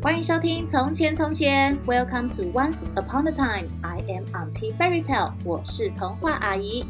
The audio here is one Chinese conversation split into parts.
欢迎收听《从前从前》 Welcome to Once Upon a Time. I am Auntie Fairy Tale. 我是童话阿姨。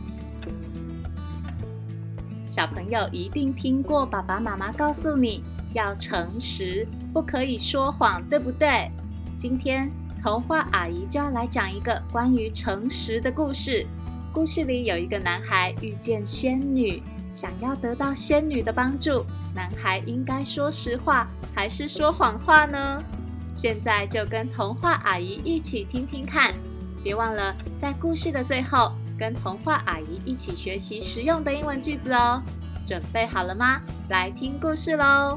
小朋友一定听过爸爸妈妈告诉你要诚实，不可以说谎，对不对？今天童话阿姨就要来讲一个关于诚实的故事。故事里有一个男孩遇见仙女，想要得到仙女的帮助，男孩应该说实话还是说谎话呢？现在就跟童话阿姨一起听听看，别忘了在故事的最后跟童话阿姨一起学习实用的英文句子哦。准备好了吗？来听故事咯。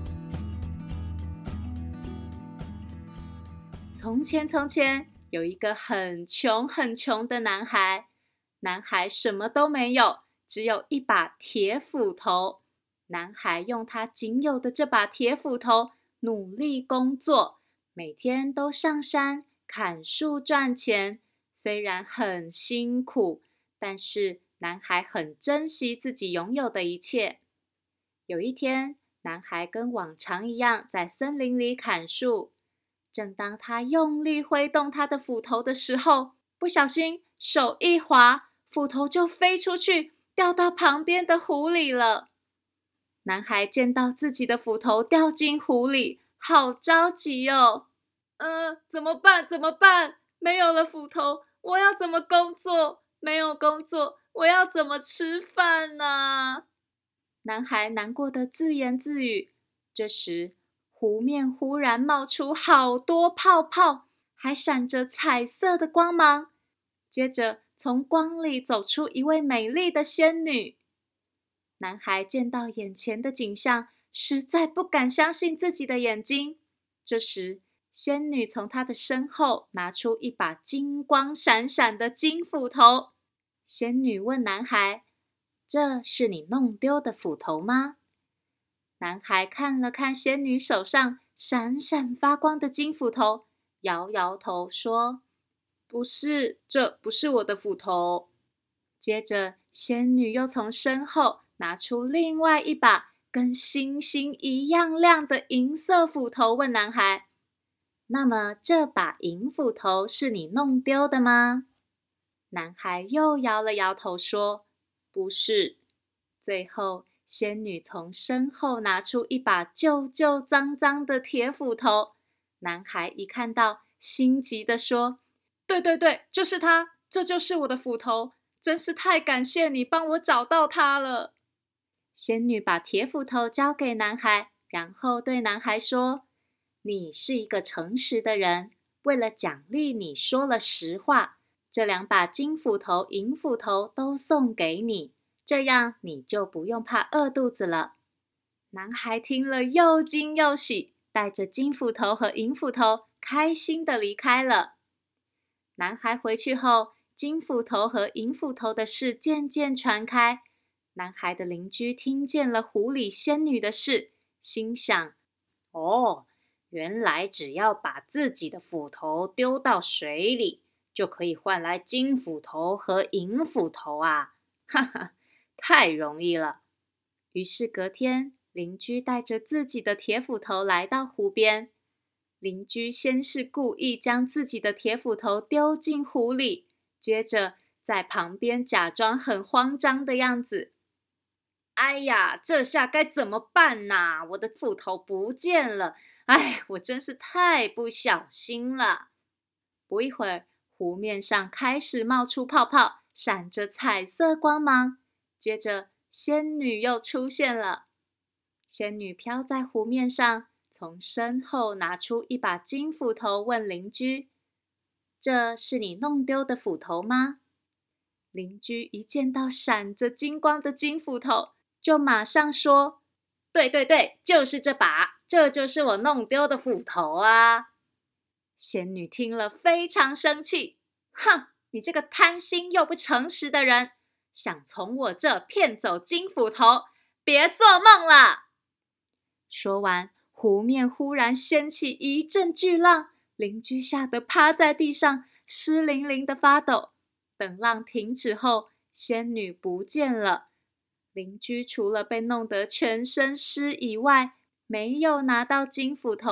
从前从前有一个很穷很穷的男孩，男孩什么都没有，只有一把铁斧头。男孩用他仅有的这把铁斧头努力工作，每天都上山砍树赚钱。虽然很辛苦，但是男孩很珍惜自己拥有的一切。有一天，男孩跟往常一样在森林里砍树。正当他用力挥动他的斧头的时候，不小心手一滑，斧头就飞出去，掉到旁边的湖里了。男孩见到自己的斧头掉进湖里，好着急哦。怎么办？怎么办？没有了斧头，我要怎么工作？没有工作，我要怎么吃饭呢？男孩难过的自言自语。这时，湖面忽然冒出好多泡泡，还闪着彩色的光芒。接着，从光里走出一位美丽的仙女。男孩见到眼前的景象，实在不敢相信自己的眼睛。这时，仙女从她的身后拿出一把金光闪闪的金斧头。仙女问男孩：“这是你弄丢的斧头吗？”男孩看了看仙女手上闪闪发光的金斧头，摇摇头说：“不是，这不是我的斧头。”接着，仙女又从身后拿出另外一把跟星星一样亮的银色斧头，问男孩：“那么这把银斧头是你弄丢的吗？”男孩又摇了摇头说：“不是。”最后，仙女从身后拿出一把旧旧脏脏的铁斧头。男孩一看到，心急地说：“对对对，就是它，这就是我的斧头，真是太感谢你帮我找到它了。”仙女把铁斧头交给男孩，然后对男孩说：“你是一个诚实的人，为了奖励你说了实话，这两把金斧头、银斧头都送给你，这样你就不用怕饿肚子了。”男孩听了又惊又喜，带着金斧头和银斧头开心地离开了。男孩回去后，金斧头和银斧头的事渐渐传开。男孩的邻居听见了湖里仙女的事，心想：“哦，原来只要把自己的斧头丢到水里，就可以换来金斧头和银斧头啊！哈哈，太容易了。”于是隔天，邻居带着自己的铁斧头来到湖边。邻居先是故意将自己的铁斧头丢进湖里，接着在旁边假装很慌张的样子。哎呀，这下该怎么办呐？我的斧头不见了！哎，我真是太不小心了。不一会儿，湖面上开始冒出泡泡，闪着彩色光芒。接着，仙女又出现了。仙女飘在湖面上，从身后拿出一把金斧头，问邻居：“这是你弄丢的斧头吗？”邻居一见到闪着金光的金斧头，就马上说：“对对对，就是这把，这就是我弄丢的斧头啊！”仙女听了非常生气，哼，你这个贪心又不诚实的人，想从我这骗走金斧头，别做梦了！说完，湖面忽然掀起一阵巨浪，邻居吓得趴在地上，湿淋淋的发抖。等浪停止后，仙女不见了。邻居除了被弄得全身湿以外，没有拿到金斧头，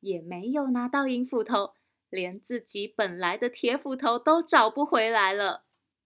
也没有拿到银斧头，连自己本来的铁斧头都找不回来了。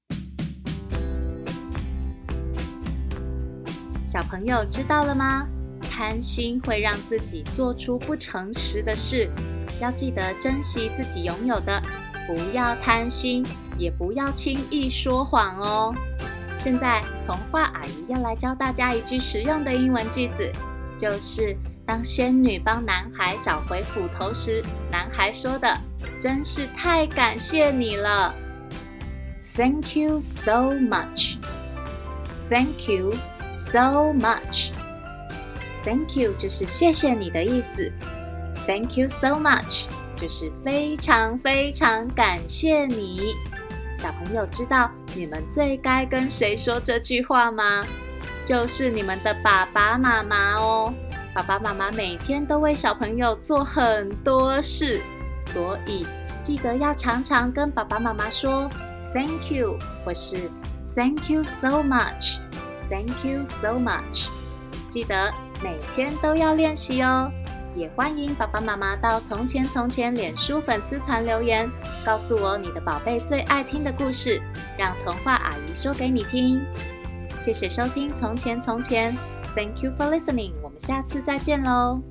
小朋友知道了吗？贪心会让自己做出不诚实的事，要记得珍惜自己拥有的，不要贪心，也不要轻易说谎哦。现在童话阿姨要来教大家一句实用的英文句子，就是当仙女帮男孩找回斧头时，男孩说的真是太感谢你了。 Thank you so much. Thank you so much. Thank you 就是谢谢你的意思， Thank you so much 就是非常非常感谢你。小朋友知道你们最该跟谁说这句话吗？就是你们的爸爸妈妈哦。爸爸妈妈每天都为小朋友做很多事，所以记得要常常跟爸爸妈妈说 Thank you 或是 Thank you so much. Thank you so much. 记得每天都要练习哦。也欢迎爸爸妈妈到从前从前脸书粉丝团留言，告诉我你的宝贝最爱听的故事，让童话阿姨说给你听。谢谢收听从前从前， Thank you for listening， 我们下次再见咯。